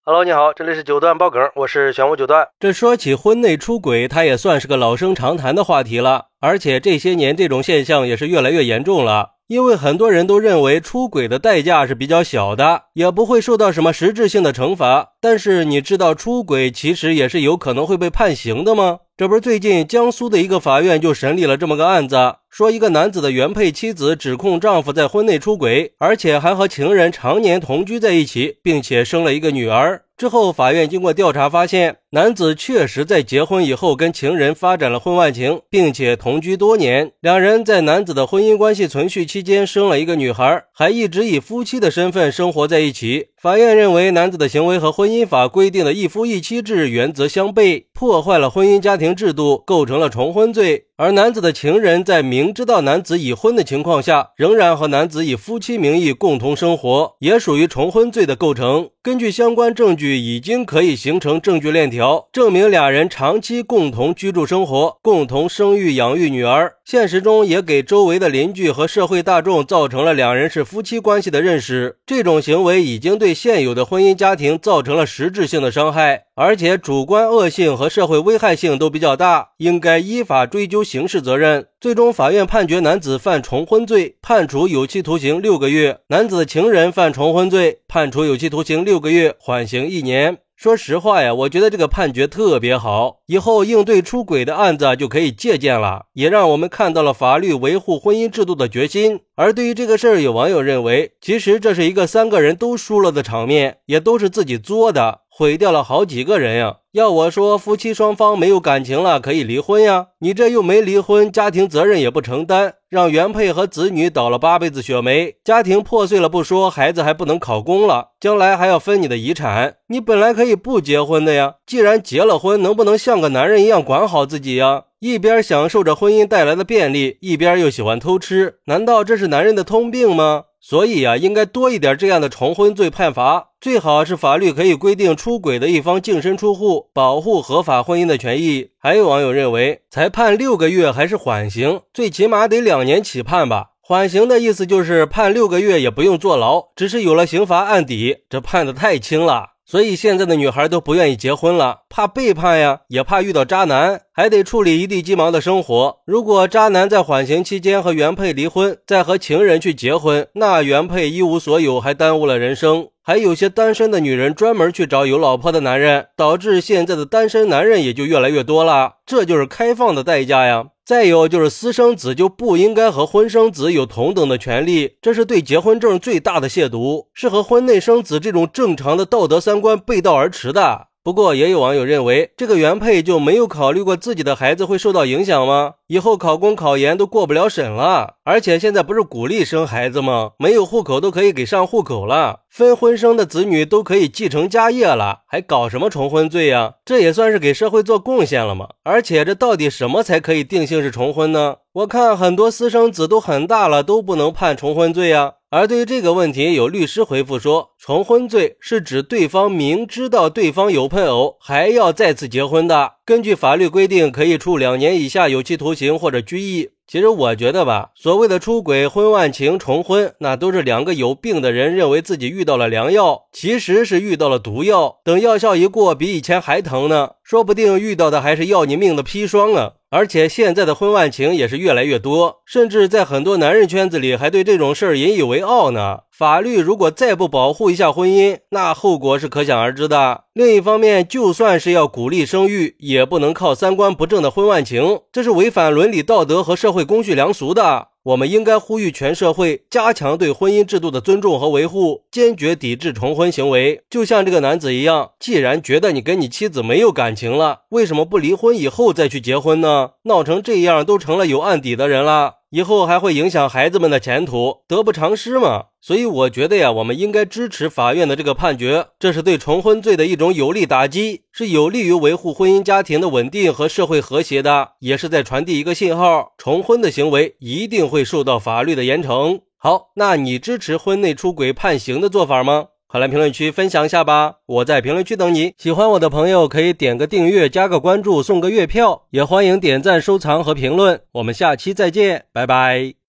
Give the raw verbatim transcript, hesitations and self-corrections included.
Hello， 你好，这里是九段爆梗，我是玄武九段。这说起婚内出轨，它也算是个老生常谈的话题了，而且这些年这种现象也是越来越严重了。因为很多人都认为出轨的代价是比较小的，也不会受到什么实质性的惩罚。但是你知道出轨其实也是有可能会被判刑的吗？这不是最近江苏的一个法院就审理了这么个案子，说一个男子的原配妻子指控丈夫在婚内出轨，而且还和情人常年同居在一起，并且生了一个女儿。之后法院经过调查发现，男子确实在结婚以后跟情人发展了婚外情，并且同居多年，两人在男子的婚姻关系存续期间生了一个女孩，还一直以夫妻的身份生活在一起。法院认为男子的行为和婚姻法规定的一夫一妻制原则相悖，破坏了婚姻家庭制度，构成了重婚罪。而男子的情人在明知道男子已婚的情况下，仍然和男子以夫妻名义共同生活，也属于重婚罪的构成。根据相关证据，已经可以形成证据链条，证明俩人长期共同居住生活，共同生育养育女儿。现实中也给周围的邻居和社会大众造成了两人是夫妻关系的认识。这种行为已经对现有的婚姻家庭造成了实质性的伤害，而且主观恶性和社会危害性都比较大，应该依法追究刑事责任。最终法院判决男子犯重婚罪，判处有期徒刑六个月；男子的情人犯重婚罪，判处有期徒刑六个月，缓刑一年。说实话呀，我觉得这个判决特别好，以后应对出轨的案子就可以借鉴了，也让我们看到了法律维护婚姻制度的决心。而对于这个事儿，有网友认为，其实这是一个三个人都输了的场面，也都是自己作的，毁掉了好几个人呀。要我说，夫妻双方没有感情了，可以离婚呀。你这又没离婚，家庭责任也不承担，让原配和子女倒了八辈子血霉，家庭破碎了不说，孩子还不能考公了，将来还要分你的遗产。你本来可以不结婚的呀，既然结了婚，能不能像个男人一样管好自己呀？一边享受着婚姻带来的便利，一边又喜欢偷吃，难道这是男人的通病吗？所以啊，应该多一点这样的重婚罪判罚，最好是法律可以规定出轨的一方净身出户，保护合法婚姻的权益。还有网友认为，才判六个月还是缓刑，最起码得两年起判吧。缓刑的意思就是判六个月也不用坐牢，只是有了刑罚案底，这判得太轻了。所以现在的女孩都不愿意结婚了，怕背叛呀，也怕遇到渣男，还得处理一地鸡毛的生活。如果渣男在缓刑期间和原配离婚，再和情人去结婚，那原配一无所有，还耽误了人生。还有些单身的女人专门去找有老婆的男人，导致现在的单身男人也就越来越多了，这就是开放的代价呀。再有就是私生子就不应该和婚生子有同等的权利，这是对结婚证最大的亵渎，是和婚内生子这种正常的道德三观背道而驰的。不过也有网友认为，这个原配就没有考虑过自己的孩子会受到影响吗？以后考公考研都过不了审了，而且现在不是鼓励生孩子吗？没有户口都可以给上户口了，分婚生的子女都可以继承家业了，还搞什么重婚罪呀？这也算是给社会做贡献了吗？而且这到底什么才可以定性是重婚呢？我看很多私生子都很大了，都不能判重婚罪呀。而对于这个问题，有律师回复说，重婚罪是指对方明知道对方有配偶，还要再次结婚的，根据法律规定可以处两年以下有期徒刑或者拘役。其实我觉得吧，所谓的出轨、婚外情、重婚，那都是两个有病的人认为自己遇到了良药，其实是遇到了毒药，等药效一过，比以前还疼呢，说不定遇到的还是要你命的砒霜啊。而且现在的婚外情也是越来越多，甚至在很多男人圈子里还对这种事儿引以为傲呢。法律如果再不保护一下婚姻，那后果是可想而知的。另一方面，就算是要鼓励生育，也不能靠三观不正的婚外情，这是违反伦理道德和社会公序良俗的。我们应该呼吁全社会加强对婚姻制度的尊重和维护，坚决抵制重婚行为。就像这个男子一样，既然觉得你跟你妻子没有感情了，为什么不离婚以后再去结婚呢？闹成这样都成了有案底的人了，以后还会影响孩子们的前途，得不偿失嘛。所以我觉得呀，我们应该支持法院的这个判决，这是对重婚罪的一种有力打击，是有利于维护婚姻家庭的稳定和社会和谐的，也是在传递一个信号，重婚的行为一定会受到法律的严惩。好，那你支持婚内出轨判刑的做法吗？快来评论区分享一下吧，我在评论区等你。喜欢我的朋友可以点个订阅，加个关注，送个月票，也欢迎点赞、收藏和评论。我们下期再见，拜拜。